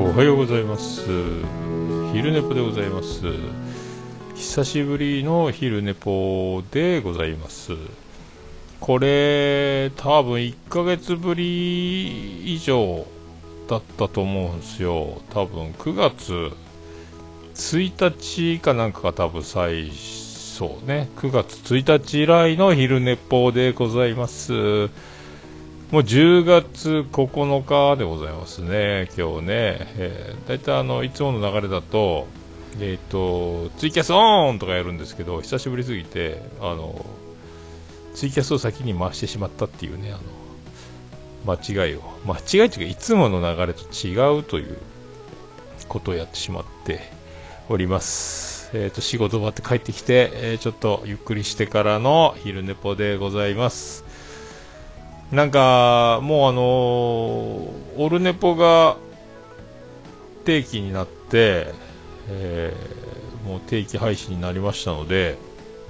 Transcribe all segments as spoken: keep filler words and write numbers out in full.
おはようございます。昼寝ぽでございます。久しぶりの昼寝ぽでございます。これ多分いっかげつぶり以上だったと思うんですよ。多分くがつついたちかなんかが多分最初ね、くがつついたち以来の昼寝ぽでございます。もうじゅうがつここのかでございますね、今日ね。えー、だいたいあのいつもの流れだと、えっとツイキャスオンとかやるんですけど、久しぶりすぎてあのツイキャスを先に回してしまったっていうね、あの間違いを間違いというかいつもの流れと違うということをやってしまっております。えっと仕事終わって帰ってきて、えー、ちょっとゆっくりしてからの昼寝ぽでございます。なんかもうあのー、オルネポが定期になって、えー、もう定期配信になりましたので、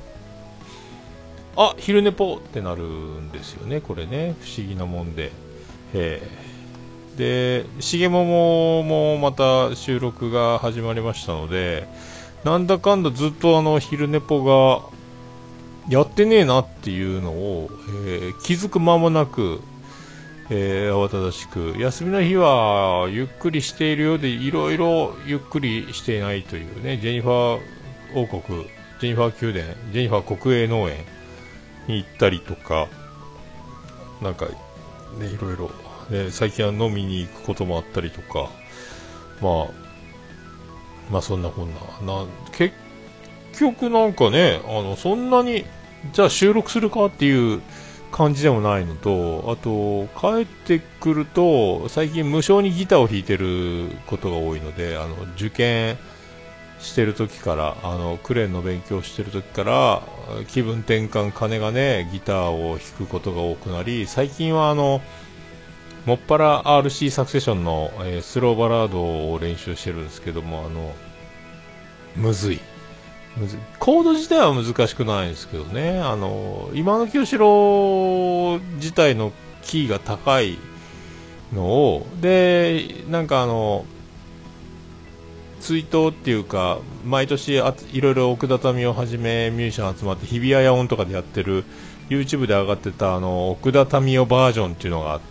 あ、昼寝ぽってなるんですよね、これね、不思議なもんで、えー、でしげもももまた収録が始まりましたので、なんだかんだずっとあの昼寝ぽがやってねえなっていうのを、えー、気づく間もなく、えー、慌ただしく休みの日はゆっくりしているようでいろいろゆっくりしていないというね、ジェニファー王国、ジェニファー宮殿、ジェニファー国営農園に行ったりとか、なんかね、いろいろ、ね、最近は飲みに行くこともあったりとか、まあまあそんなこんなな結局なんかね、あのそんなにじゃあ収録するかっていう感じでもないのと、あと帰ってくると最近無償にギターを弾いてることが多いので、あの受験してる時から、あのクレーンの勉強してる時から気分転換金がね、ギターを弾くことが多くなり、最近はあのもっぱら アールシー サクセションの、えー、スローバラードを練習してるんですけども、あのむずいコード自体は難しくないんですけどね、あの今の清志郎自体のキーが高いのを、でなんかあの追悼っていうか毎年あいろいろ奥田民生をはじめミュージシャン集まって日比谷野音とかでやってる YouTube で上がってたあの奥田民生バージョンっていうのがあって、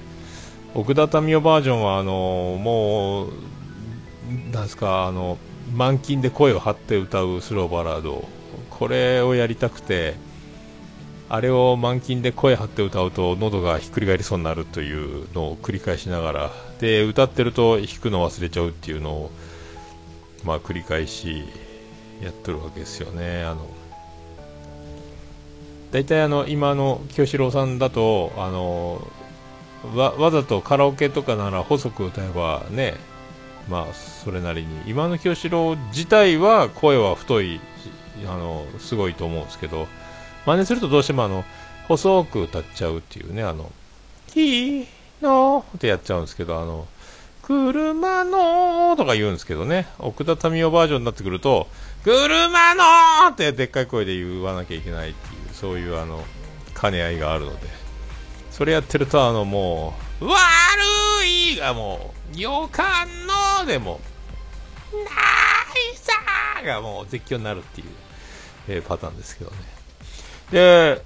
奥田民生バージョンはあのもうなんですか、あの満勤で声を張って歌うスローバラード、これをやりたくて、あれを満勤で声張って歌うと喉がひっくり返りそうになるというのを繰り返しながら、で歌ってると弾くの忘れちゃうっていうのをまあ繰り返しやってるわけですよね。あのだいたいあの今の清志郎さんだと、あの わ, わざとカラオケとかなら細く歌えばね、まあそれなりに今の清志郎自体は声は太い、あのすごいと思うんですけど、真似するとどうしてもあの細く歌っちゃうっていうね、あのひのってやっちゃうんですけど、あの車のとか言うんですけどね、奥田民生バージョンになってくると車のってでっかい声で言わなきゃいけないっていう、そういうあの兼ね合いがあるので、それやってるとあのもう悪いがもう予感のでもないさーがもう絶叫になるっていう、えー、パターンですけどね。で、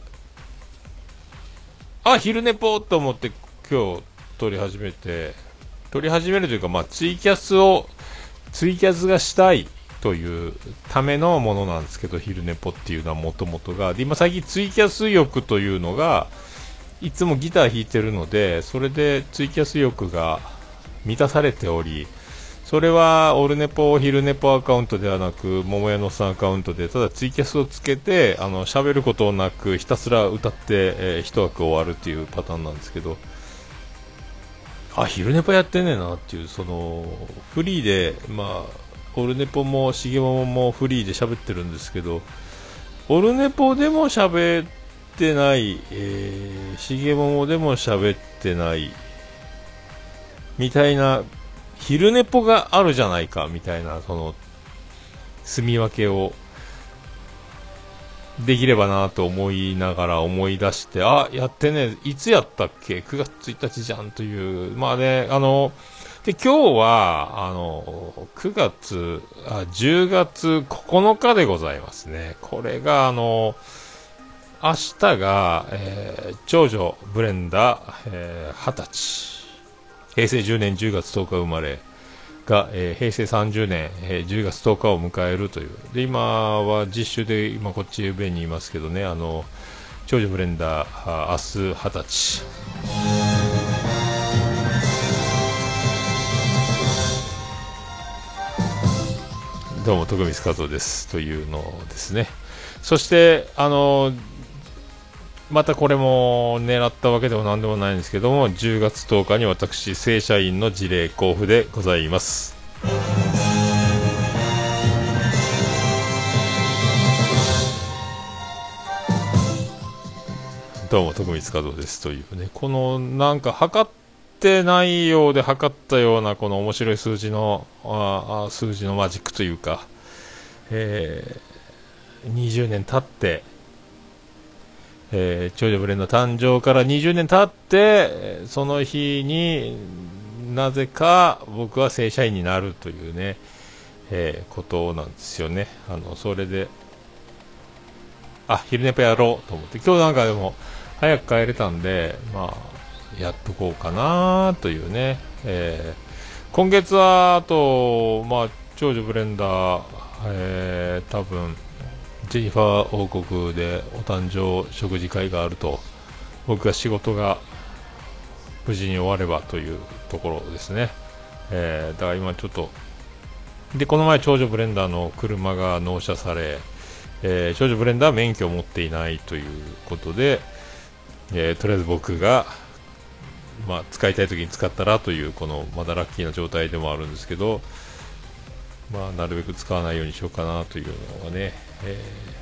あ、昼寝ぽと思って今日撮り始めて、撮り始めるというか、まあツイキャスをツイキャスがしたいというためのものなんですけど、昼寝ぽっていうのはもともとがで、今最近ツイキャス欲というのがいつもギター弾いてるので、それでツイキャス欲が満たされており、それはオルネポ昼ネポアカウントではなく桃屋のさんアカウントで、ただツイキャスをつけてあの喋ることなくひたすら歌って、えー、一枠終わるっていうパターンなんですけど、あ、昼ネポやってねえなっていう、そのフリーで、まあオルネポもしげもももフリーで喋ってるんですけど、オルネポでも喋ってない、えー、しげももでも喋ってないみたいな昼寝ぽがあるじゃないかみたいな、その住み分けをできればなと思いながら思い出して、あ、やってね、いつやったっけ、くがつついたちじゃんという、まあね、あので、今日は、あの、くがつ、あ、じゅうがつここのかでございますね。これが、あの、明日が、えー、長女ブレンダー、えー、はたち。平成じゅうねんじゅうがつとおか生まれが、えー、平成さんじゅうねん、えー、じゅうがつとおかを迎えるという。で、今は実習で、今こっち上にいますけどね、あの、長女ブレンダー、明日はたち。どうも、徳光和夫ですというのですね。そして、あの、またこれも狙ったわけでも何でもないんですけども、じゅうがつとおかに私、正社員の辞令交付でございます。どうも、徳光和夫ですというね、このなんか測ってないようで測ったようなこの面白い数字の、ああ数字のマジックというか、えー、にじゅうねん経って、えー、長女ブレンダー誕生からにじゅうねん経って、その日になぜか僕は正社員になるというね、えー、ことなんですよね。あのそれで、あ、昼寝ぽやろうと思って、今日なんかでも早く帰れたんで、まあやっとこうかなというね、えー、今月はあと、まあ、長女ブレンダー、えー、多分ジェニファー王国でお誕生食事会があると、僕が仕事が無事に終わればというところですね。えー、だから今ちょっとで、この前長女ブレンダーの車が納車され、えー、長女ブレンダーは免許を持っていないということで、えー、とりあえず僕が、まあ、使いたい時に使ったらというこのまだラッキーな状態でもあるんですけど、まあ、なるべく使わないようにしようかなというのがね、え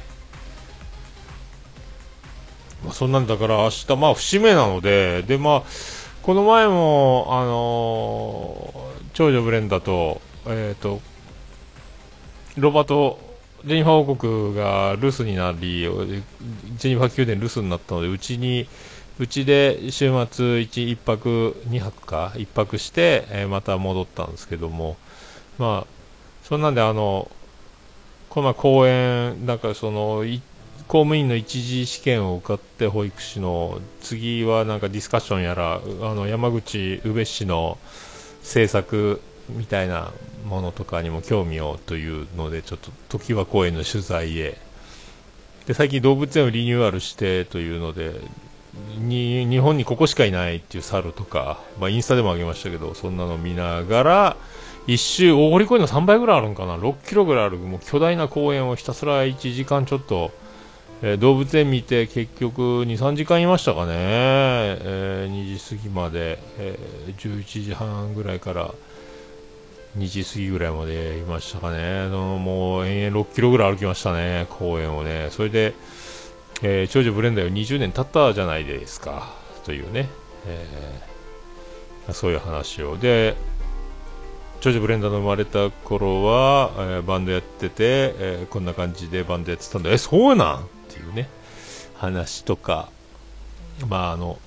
ーまあ、そんなんだから明日、まあ、節目なので、で、まあ、この前も、あのー、長女ブレンダーと、えっ、ー、と、ロバート、ジェニファー王国が留守になり、ジェニファー宮殿留守になったので、うちに、うちで週末いち、一泊、二泊か、一泊して、えー、また戻ったんですけども、まあ、そんなんで、あの、この前公演、なんかその、公務員の一次試験を受かって保育士の、次はなんかディスカッションやら、あの、山口宇部市の政策みたいなものとかにも興味をというので、ちょっと常盤公園の取材へ。で、最近動物園をリニューアルしてというので、に日本にここしかいないっていう猿とか、まあ、インスタでも上げましたけど、そんなのを見ながら、一周、大堀公園のさんばいぐらいあるんかな、ろっキロぐらいある、もう巨大な公園をひたすらいちじかんちょっと、えー、動物園見て、結局に、さんじかんいましたかね、えー、にじ過ぎまで、えー、じゅういちじはんぐらいからにじ過ぎぐらいまでいましたかね、のもう延々ろっキロぐらい歩きましたね、公園をね。それで、えー、長女ブレンダーよにじゅうねん経ったじゃないですかというね、えー、そういう話を。で、長女ブレンダーの生まれた頃は、えー、バンドやってて、えー、こんな感じでバンドやってたんだ、えそうなんっていうね話とか、まああの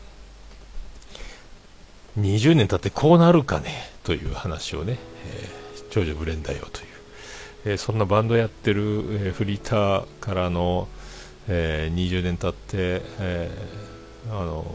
にじゅうねん経ってこうなるかねという話をね、えー、長女ブレンダーよという、えー、そんなバンドやってる、えー、フリーターからの、えー、にじゅうねん経って、えー、あの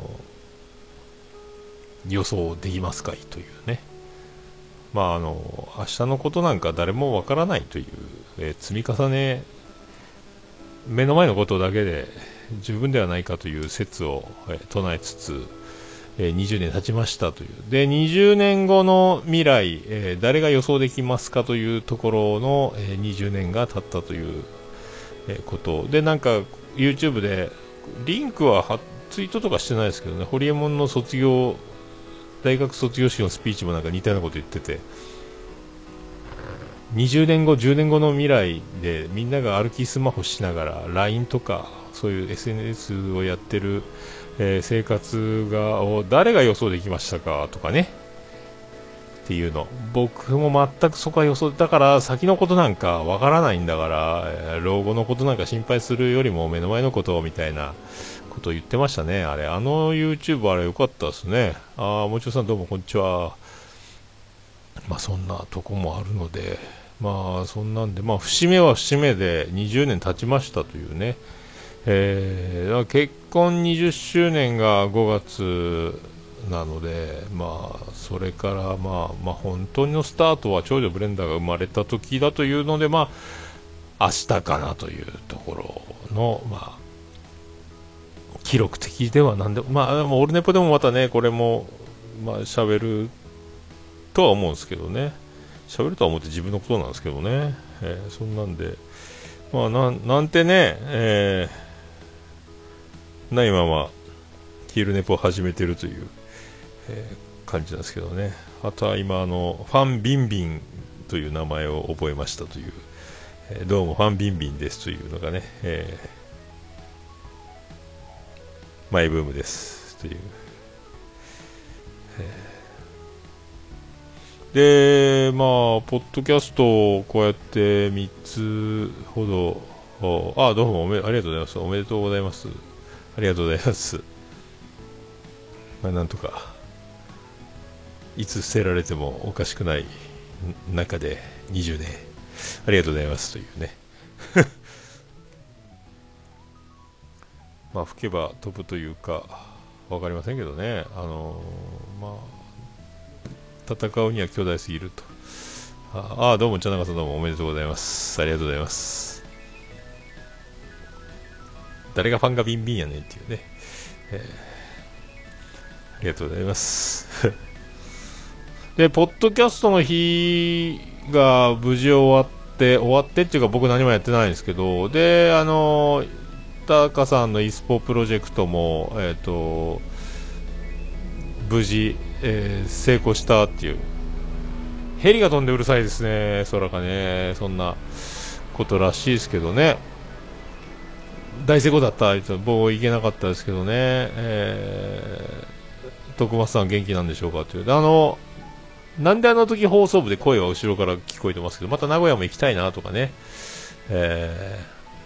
予想できますかいというね。まああの明日のことなんか誰もわからないという、えー、積み重ね、目の前のことだけで十分ではないかという説を、えー、唱えつつ、えー、にじゅうねん経ちましたという。で、にじゅうねんごの未来、えー、誰が予想できますかというところの、えー、にじゅうねんが経ったという、えー、ことで、なんか YouTube でリンクははツイートとかしてないですけどね、ホリエモンの卒業大学卒業式のスピーチもなんか似たようなこと言ってて、にじゅうねんごじゅうねんごの未来でみんなが歩きスマホしながら ライン とかそういう エスエヌエス をやってる、えー、生活がを誰が予想できましたかとかねっていうの、僕も全くそこは予想だから、先のことなんかわからないんだから、えー、老後のことなんか心配するよりも目の前のことみたいなことを言ってましたね。あれ、あの YouTube あれ良かったですね。ああ、もちろさんどうもこんにちは。 まあそんなとこもあるので、まあそんなんで、まあ節目は節目でにじゅうねん経ちましたというね、えー、結婚にじゅっしゅうねんがごがつなので、まあそれからまあまあ本当のスタートは長女ブレンダーが生まれた時だというので、まあ明日かなというところの、まあ記録的ではなんで、まあでもオルネポでもまたね、これもまあ喋るとは思うんですけどね、喋るとは思って自分のことなんですけどね、えー、そんなんで、まあなんなんてね、えー、ないまま昼ネポを始めてるという、えー、感じなんですけどね。あとは今あのファンビンビンという名前を覚えましたという、えー、どうもファンビンビンですというのがね、えー、マイブームですという、えー、でまあポッドキャストをこうやってみっつほど、あどうもおめありがとうございます、おめでとうございます、ありがとうございます。まあなんとかいつ捨てられてもおかしくない中でにじゅうねんありがとうございますというねまあ吹けば飛ぶというか分かりませんけどね、あのー、まあ戦うには兄弟すぎると。ああどうも茶永さんどうもおめでとうございます、ありがとうございます。誰がファンがビンビンやねんっていうね、えー、ありがとうございますでポッドキャストの日が無事終わって終わってっていうか僕何もやってないんですけど、であのタカさんの e スポプロジェクトもえっ、ー、と無事、えー、成功したっていう、ヘリが飛んでうるさいですね、空がね、そんなことらしいですけどね、大成功だった、僕行けなかったですけどね、えー、徳松さん元気なんでしょうかという、あのなんであの時放送部で声は後ろから聞こえてますけど、また名古屋も行きたいなとかね、え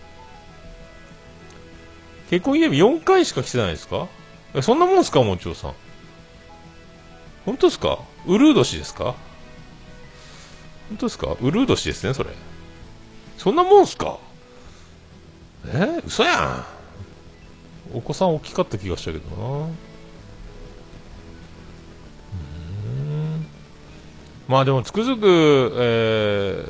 ー、結婚記念日よんかいしか来てないですか、えそんなもんですか、もんちょうさん、本当ですか、ウルー年ですか、本当ですか、ウルー年ですね、それ、そんなもんすか、えー、嘘やん、お子さん大きかった気がしたけどな、まあでもつくづく、え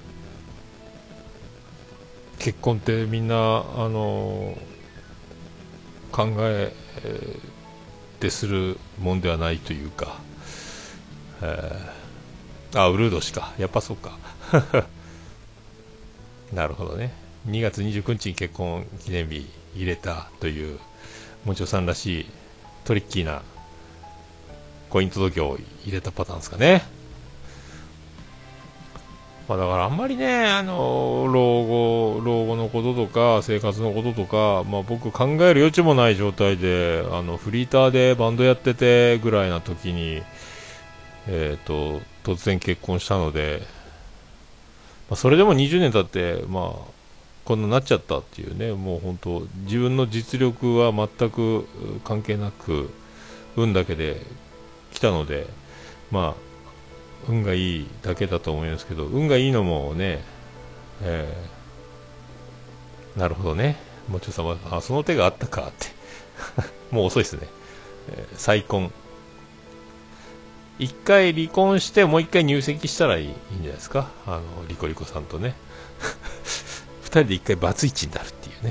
ー、結婚ってみんな、あのー、考ええー、てするもんではないというか、えー、あウルー年か、やっぱそうかなるほどね、にがつにじゅうくにちに結婚記念日入れたというもちろさんらしいトリッキーな婚姻届を入れたパターンですかね。まあ、だからあんまりね、あの老後、老後のこととか生活のこととか、まあ、僕考える余地もない状態で、あのフリーターでバンドやっててぐらいな時に、えーと、突然結婚したので、まあ、それでもにじゅうねん経って、まあ、こんなになっちゃったっていうね、もう本当自分の実力は全く関係なく運だけで来たので、まあ運がいいだけだと思いますけど、運がいいのもね、えー、なるほどね、もうちょっとさま、あその手があったかってもう遅いですね、えー、再婚一回離婚してもう一回入籍したらいい、いいんじゃないですか、あのリコリコさんとね二人で一回バツイチになるっていうね、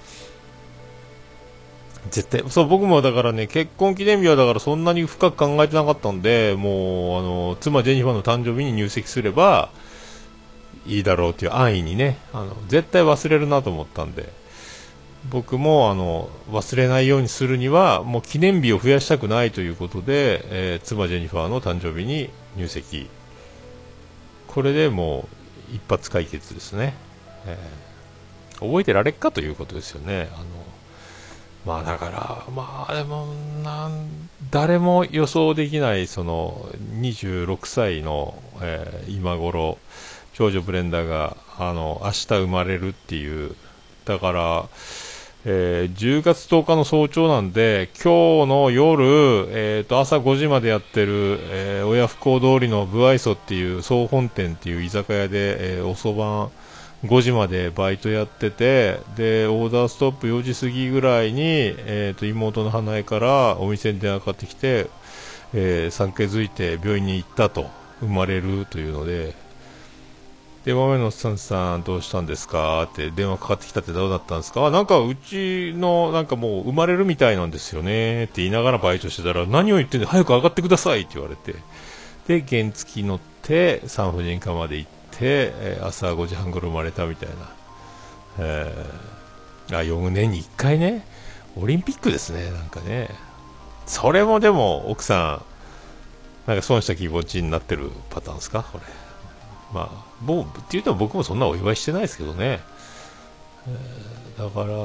絶対そう、僕もだからね、結婚記念日はだからそんなに深く考えてなかったんで、もうあの妻ジェニファーの誕生日に入籍すればいいだろうっていう安易にね、あの絶対忘れるなと思ったんで、僕もあの忘れないようにするにはもう記念日を増やしたくないということで、えー、妻ジェニファーの誕生日に入籍、これでもう一発解決ですね、えー、覚えてられっかということですよね。あのまあだからまあでもなん誰も予想できないそのにじゅうろくさいの、えー、今頃長女ブレンダーがあの明日生まれるっていう、だからえー、じゅうがつとおかの早朝なんで、今日の夜、えーと、朝ごじまでやってる、えー、親不孝通りのブアイソっていう総本店っていう居酒屋で、えー、遅番ごじまでバイトやってて、で、オーダーストップよじ過ぎぐらいに、えーと、妹の花江からお店に電話かかってきて、えー、産気づいて病院に行ったと、生まれるというので、で、豆のさんさんどうしたんですかって電話かかってきたってどうだったんですか。なんかうちのなんかもう生まれるみたいなんですよねって言いながらバイトしてたら、何を言ってんで早く上がってくださいって言われて、で原付乗って産婦人科まで行って、えー、朝ごじはん頃生まれたみたいな、えー、あよねんにいっかいね、オリンピックですね。なんかね、それもでも奥さんなんか損した気持ちになってるパターンですかこれ。まあ、もうって言うと僕もそんなお祝いしてないですけどね、えー、だから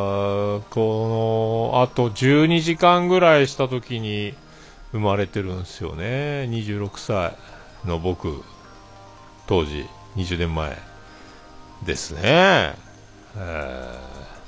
このあとじゅうにじかんぐらいした時に生まれてるんですよね。にじゅうろくさいの僕、当時にじゅうねんまえですね、えー、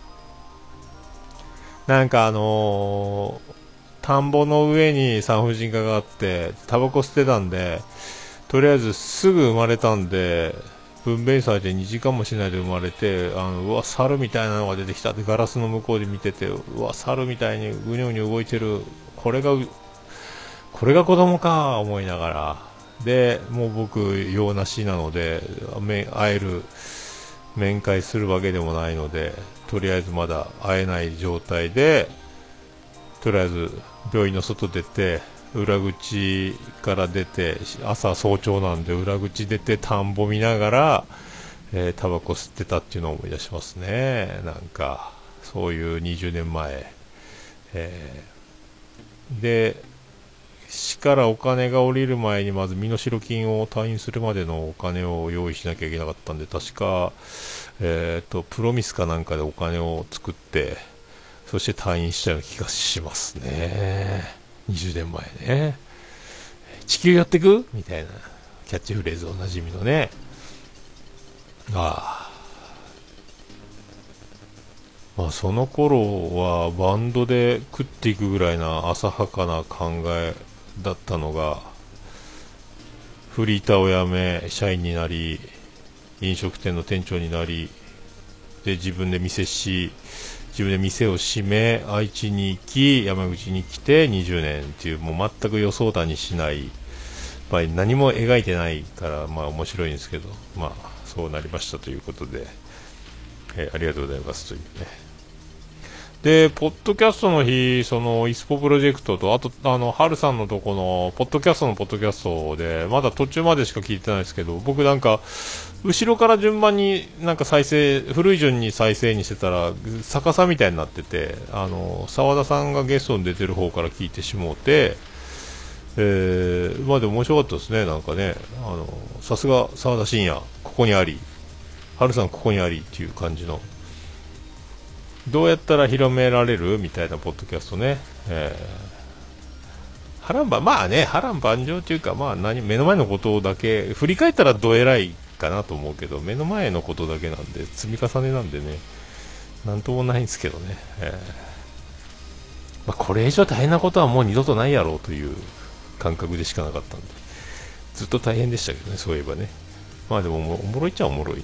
なんかあのー、田んぼの上に産婦人科があってタバコ捨てたんで、とりあえずすぐ生まれたんで、分娩されてにじかんもしないで生まれて、あのうわ猿みたいなのが出てきたってガラスの向こうで見てて、うわ猿みたいにうにょうにょ動いてる、これがこれが子供か思いながら、でもう僕用なしなので会える面会するわけでもないので、とりあえずまだ会えない状態で、とりあえず病院の外出て、裏口から出て、朝早朝なんで裏口出て田んぼ見ながら、えー、タバコ吸ってたっていうのを思い出しますね。なんかそういうにじゅうねんまえ、えー、で市からお金が降りる前にまず身代金を退院するまでのお金を用意しなきゃいけなかったんで、確か、えーと、プロミスかなんかでお金を作って、そして退院したような気がしますね。にじゅうねんまえね。地球寄ってくみたいなキャッチフレーズおなじみのね。ああ、まあ、その頃はバンドで食っていくぐらいな浅はかな考えだったのが、フリーターを辞め社員になり、飲食店の店長になり、で自分で店し自分で店を閉め愛知に行き山口に来てにじゅうねんっていう、もう全く予想だにしない、まあ、何も描いてないからまあ面白いんですけど、まあそうなりましたということで、えー、ありがとうございますというね。でポッドキャストの日、そのイスポプロジェクトと、あとあのハルさんのとこのポッドキャストのポッドキャストでまだ途中までしか聞いてないですけど、僕なんか後ろから順番になんか再生、古い順に再生にしてたら逆さみたいになってて、あの澤田さんがゲストに出てる方から聞いてしもうて、えー、まあでも面白かったですね。なんかね、あのさすが澤田信也ここにあり、春さんここにありっていう感じの、どうやったら広められるみたいなポッドキャストね、えー、波乱万まあね波乱万丈というか、まあ何目の前のことだけ振り返ったらどえらいかなと思うけど、目の前のことだけなんで積み重ねなんでね、なんともないんですけどね、えーまあ、これ以上大変なことはもう二度とないやろうという感覚でしかなかったんで、ずっと大変でしたけどね、そういえばね。まあでもおもろいっちゃおもろいん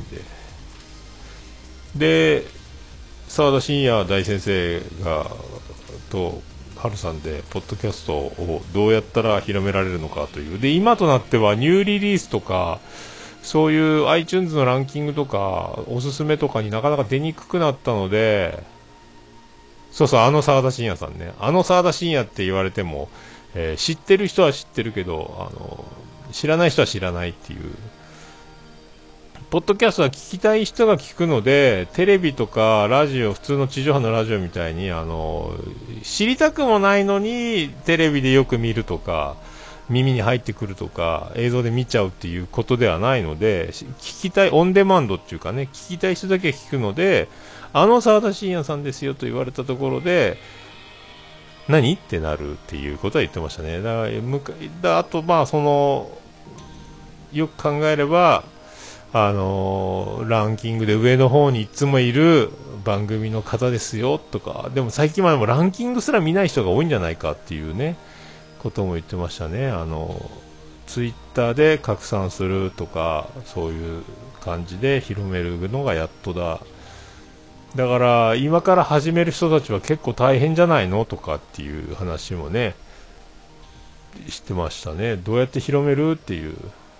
で、で澤田信也大先生がと春さんでポッドキャストをどうやったら広められるのかという、で今となってはニューリリースとかそういう iTunes のランキングとかおすすめとかになかなか出にくくなったので、そうそう、あの澤田信也さんね、あの澤田信也って言われても、えー、知ってる人は知ってるけど、あの知らない人は知らないっていう。ポッドキャストは聞きたい人が聞くので、テレビとかラジオ、普通の地上波のラジオみたいにあの知りたくもないのにテレビでよく見るとか耳に入ってくるとか映像で見ちゃうっていうことではないので、聞きたいオンデマンドっていうかね、聞きたい人だけ聞くので、あの澤田信也さんですよと言われたところで何ってなるっていうことは言ってましたね。だから向かだあとまあそのよく考えればあのー、ランキングで上の方にいつもいる番組の方ですよとか、でも最近はでもランキングすら見ない人が多いんじゃないかっていうねことも言ってましたね。あのツイッターで拡散するとかそういう感じで広めるのがやっとだ、だから今から始める人たちは結構大変じゃないのとかっていう話もねしてましたね。どうやって広めるっていう、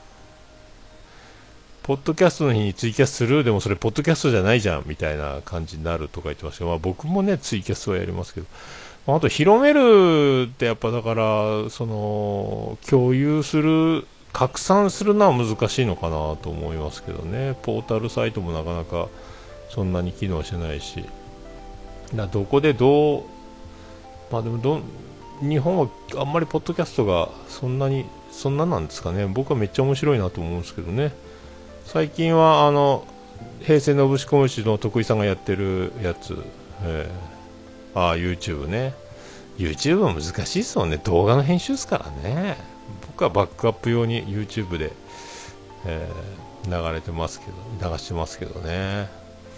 ポッドキャストの日にツイキャスする、でもそれポッドキャストじゃないじゃんみたいな感じになるとか言ってましたけど、まあ、僕もねツイキャスはやりますけど、まあ、あと広めるってやっぱだからその共有する拡散するのは難しいのかなと思いますけどね。ポータルサイトもなかなかそんなに機能してないし、だどこでどう、まあでもど日本はあんまりポッドキャストがそんなにそんななんですかね。僕はめっちゃ面白いなと思うんですけどね。最近はあの平成のぶしこむしの徳井さんがやってるやつ、えー、ああ YouTube ね。 YouTube は難しいですもんね。動画の編集ですからね。僕はバックアップ用に YouTube で、えー、流れてますけど流してますけどね。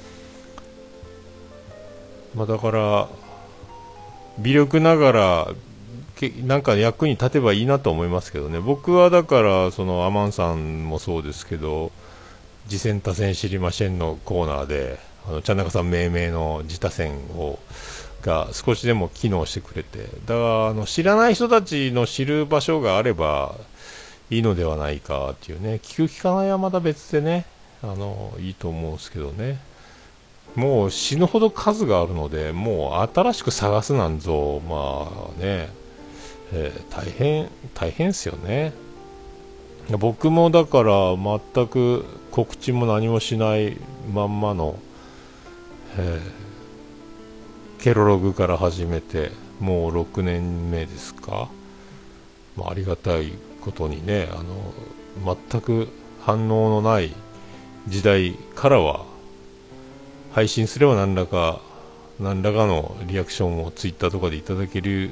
まあだから微力ながらけなんか役に立てばいいなと思いますけどね。僕はだからそのアマンさんもそうですけど、次戦多戦知りませんのコーナーであのちゃんなかさん命名の自他戦をが少しでも機能してくれて、だからあの知らない人たちの知る場所があればいいのではないかっていうね。聞く聞かないはまた別でね、あのいいと思うんですけどね。もう死ぬほど数があるので、もう新しく探すなんぞまあね、えー、大変大変ですよね。僕もだから全く告知も何もしないまんまの、えー、ケロログから始めてもうろくねんめですか、まあ、ありがたいことにね、あの全く反応のない時代からは配信すれば何らか何らかのリアクションをツイッターとかでいただける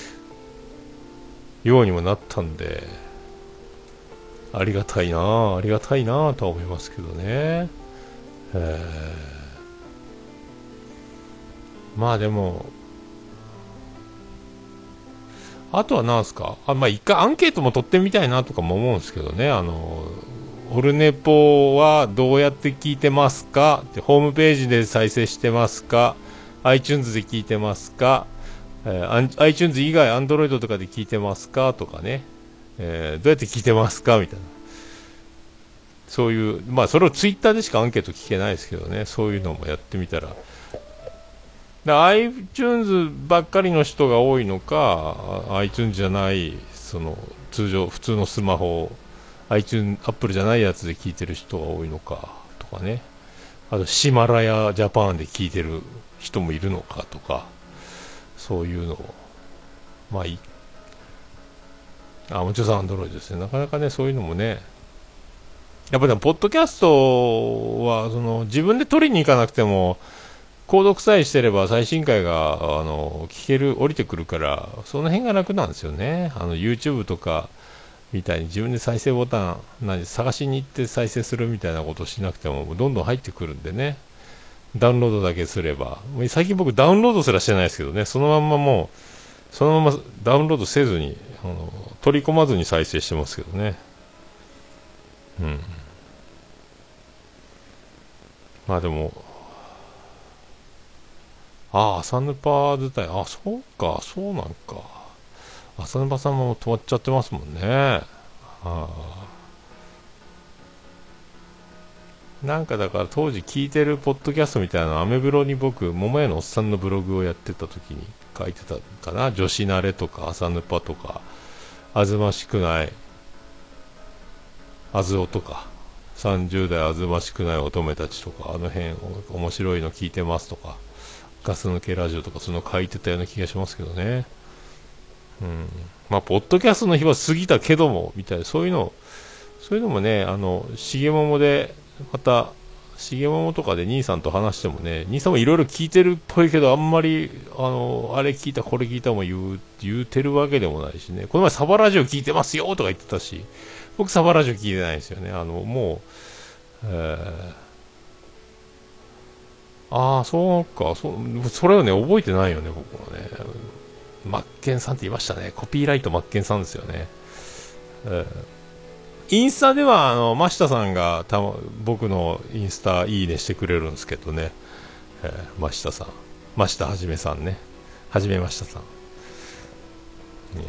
ようにもなったんで、ありがたいなありがたいなとは思いますけどね。えー、まあでもあとはなんすか、あまあ一回アンケートも取ってみたいなとかも思うんですけどね。あのオルネポはどうやって聞いてますかって、ホームページで再生してますか、 iTunes で聞いてますか、えー、iTunes 以外 Android とかで聞いてますかとかね、えー、どうやって聞いてますかみたいな、そういう、まあそれをツイッターでしかアンケート聞けないですけどね、そういうのもやってみたら、で iTunes ばっかりの人が多いのか、 iTunes じゃないその通常普通のスマホ iTunes アップルじゃないやつで聞いてる人が多いのかとかね、あとシマラヤジャパンで聞いてる人もいるのかとか、そういうのをまあいい、あもちろんアンドロイドですね。なかなかねそういうのもね、やっぱりポッドキャストはその自分で取りに行かなくても購読さえしてれば最新回があの聞ける降りてくるから、その辺が楽なんですよね。あの YouTube とかみたいに自分で再生ボタン何探しに行って再生するみたいなことをしなくてもどんどん入ってくるんでね、ダウンロードだけすれば、最近僕ダウンロードすらしてないですけどね、そのまんまもうそのままダウンロードせずにあの取り込まずに再生してますけどね。うん、まあでもああ朝ヌパ自体、あそうかそうなんか、朝ヌパさんも止まっちゃってますもんね。ああなんかだから当時聞いてるポッドキャストみたいなアメブロに僕桃屋のおっさんのブログをやってた時に書いてたかな、女子慣れとか朝ヌパとかあずましくないあずおとかさんじゅう代あずましくない乙女たちとか、あの辺面白いの聞いてますとかガス抜けラジオとかその書いてたような気がしますけどね。うん、まあポッドキャストの日は過ぎたけどもみたいな、そういうのそういうのもね、あのしげももでまたしげももとかで兄さんと話してもね、兄さんもいろいろ聞いてるっぽいけどあんまりあのあれ聞いたこれ聞いたも言う言うてるわけでもないしね。この前サバラジオ聞いてますよとか言ってたし、僕サバラジオ聞いてないんですよね。あのもう、えーああ、そうか、そ、それをね、覚えてないよね、僕もね。マッケンさんって言いましたね。コピーライトマッケンさんですよね。えーインスタでは、あの、真下さんがた、僕のインスタいいねしてくれるんですけどね。えー、真下さん。真下はじめさんね。はじめましたさん。ね、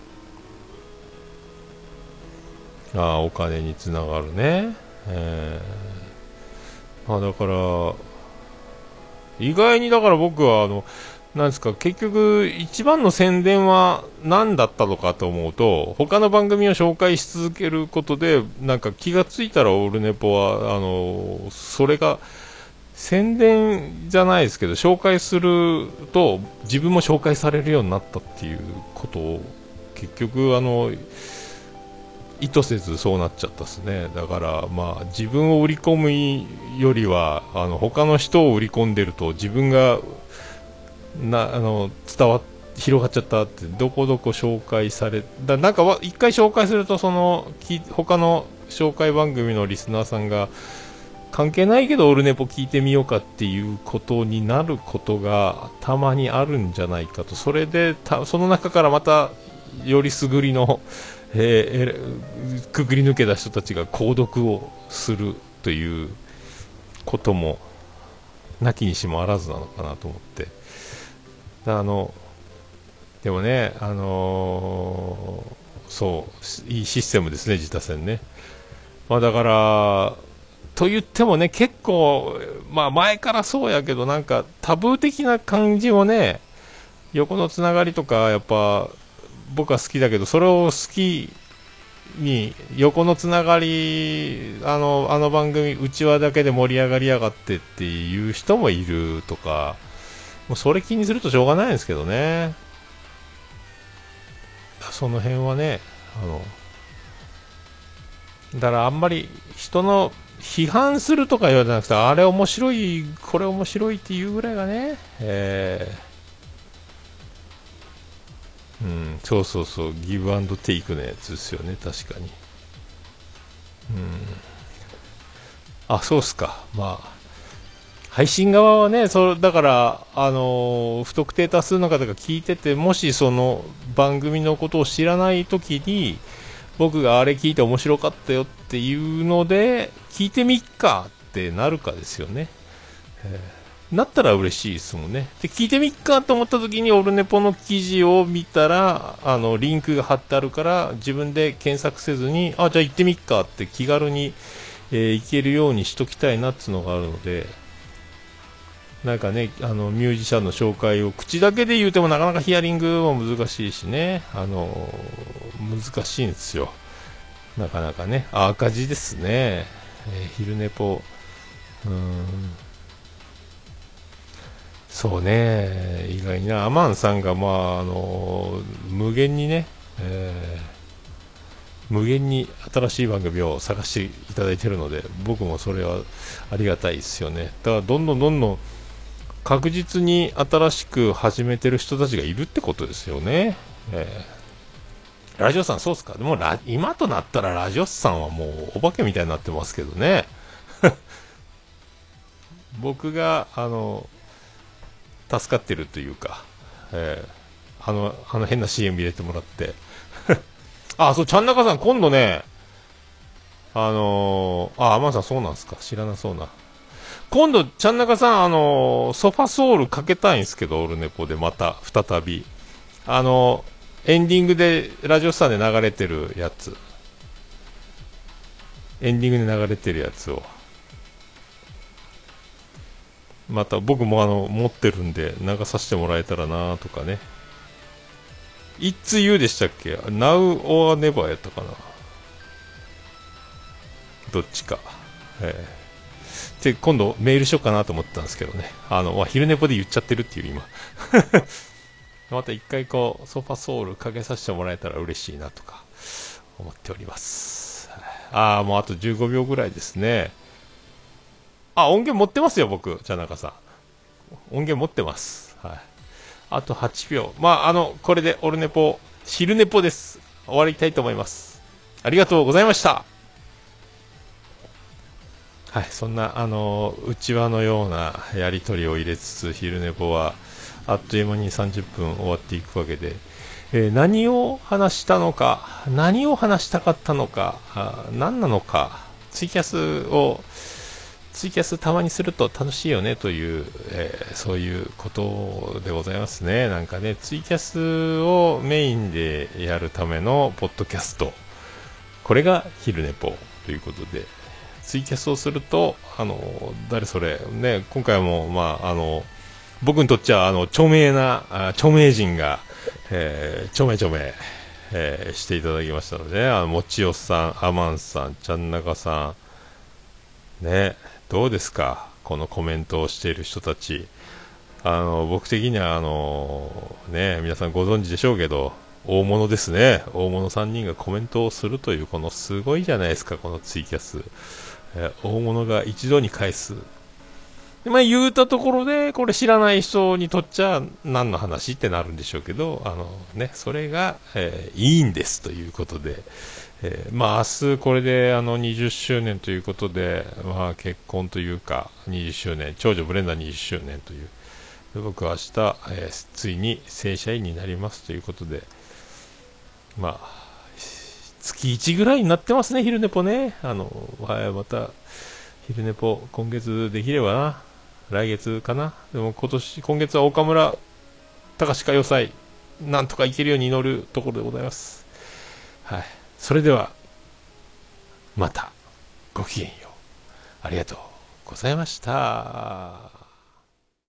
ああ、お金につながるね。えー、あだから、意外にだから僕は、あの、なんですか、結局、一番の宣伝は何だったのかと思うと、他の番組を紹介し続けることで、なんか気がついたらオールネポは、あの、それが、宣伝じゃないですけど、紹介すると、自分も紹介されるようになったっていうことを、結局、あの、意図せずそうなっちゃったですね。だからまあ自分を売り込むよりはあの他の人を売り込んでると自分がなあの伝わっ広がっちゃったってどこどこ紹介されだなんか一回紹介するとそのき他の紹介番組のリスナーさんが関係ないけどオルネポ聞いてみようかっていうことになることがたまにあるんじゃないかと。それでたその中からまたよりすぐりのえー、くぐり抜けた人たちが購読をするということもなきにしもあらずなのかなと思って。あのでもね、あのー、そういいシステムですね、自他戦ね。まあ、だからと言ってもね、結構、まあ、前からそうやけどなんかタブー的な感じもね、横のつながりとかやっぱ僕は好きだけど、それを好きに横のつながり、あのあの番組うちわだけで盛り上がりやがってっていう人もいるとか、もうそれ気にするとしょうがないんですけどね。その辺はね、あのだからあんまり人の批判するとか言われなくて、あれ面白いこれ面白いっていうぐらいがね、えーうん、そうそうそう、ギブアンドテイクのやつですよね、確かに。うん、あ、そうっすか。まあ、配信側はね、そだから、あのー不特定多数の方が聞いてて、もしその番組のことを知らないときに、僕があれ聞いて面白かったよっていうので、聞いてみっかってなるかですよね。えーなったら嬉しいですもんね。で、聞いてみっかと思った時にオルネポの記事を見たら、あの、リンクが貼ってあるから、自分で検索せずに、あ、じゃあ行ってみっかって気軽に、えー行けるようにしときたいなっていうのがあるので、なんかね、あの、ミュージシャンの紹介を口だけで言うてもなかなかヒアリングも難しいしね、あの、難しいんですよ。なかなかね、あ赤字ですね。えー昼寝ぽ、うーん、そうね、意外にな、アマンさんが、まあ、あの無限にね、えー無限に新しい番組を探していただいているので、僕もそれはありがたいですよね。だからどんどんどんどん確実に新しく始めてる人たちがいるってことですよね。えーラジオさん、そうっすか。でもラ今となったらラジオさんはもうお化けみたいになってますけどね。僕があの助かってるというか、えーあのあの変な シーエム 入れてもらってあ、そう、ちゃんなかさん、今度ね、あのー、あ、アマンさんそうなんすか、知らなそうな。今度、ちゃんなかさん、あのー、ソファソウルかけたいんですけど、オルネポでまた、再び。あのー、エンディングで、ラジオスターで流れてるやつ。エンディングで流れてるやつを。また、僕もあの、持ってるんで、流させてもらえたらなとかね。いつ言うでしたっけ ?Now or Never やったかな、どっちか。えー、で、今度メールしようかなと思ってたんですけどね。あの、まあ、昼寝ぽで言っちゃってるっていう今。また一回こう、ソファソウルかけさせてもらえたら嬉しいなとか思っております。ああ、もうあとじゅうごびょうぐらいですね。あ、音源持ってますよ、僕、茶中さん。音源持ってます。はい。あとはちびょう。まあ、あの、これでオルネポ、昼ネポです。終わりたいと思います。ありがとうございました。 はい、そんな、あの、内輪のようなやりとりを入れつつ、昼寝ぽは、あっという間にさんじゅっぷん終わっていくわけで、えー何を話したのか、何を話したかったのか、あ何なのか、ツイキャスを、ツイキャスたまにすると楽しいよねという、えーそういうことでございますね。なんかね、ツイキャスをメインでやるためのポッドキャスト。これが昼寝ぽということで、ツイキャスをすると、あの、誰それ、ね、今回も、まあ、あの、僕にとっちゃ、あの、著名な、あ著名人が、えー、著名著名、えーしていただきましたので、ね、あの、もちよさん、アマンさん、ちゃんなかさん、ね、どうですかこのコメントをしている人たち。あの、僕的には、あの、ね、皆さんご存知でしょうけど、大物ですね。大物さんにんがコメントをするという、このすごいじゃないですか、このツイキャス。えー大物が一度に返す。でまあ、言うたところで、これ知らない人にとっちゃ何の話ってなるんでしょうけど、あのね、それが、えーいいんですということで、えーまあ明日これであのにじゅっしゅうねんということで、まあ結婚というかにじゅっしゅうねん、長女ブレンダーにじゅっしゅうねんという、で僕は明日、えーついに正社員になりますということで、まあ月いちぐらいになってますね、昼寝ぽね。あの、はい、また昼寝ぽ今月できればな。来月かな。でも今年、今月は岡村隆史歌謡祭、なんとかいけるように祈るところでございます。はい。それでは、また、ごきげんよう。ありがとうございました。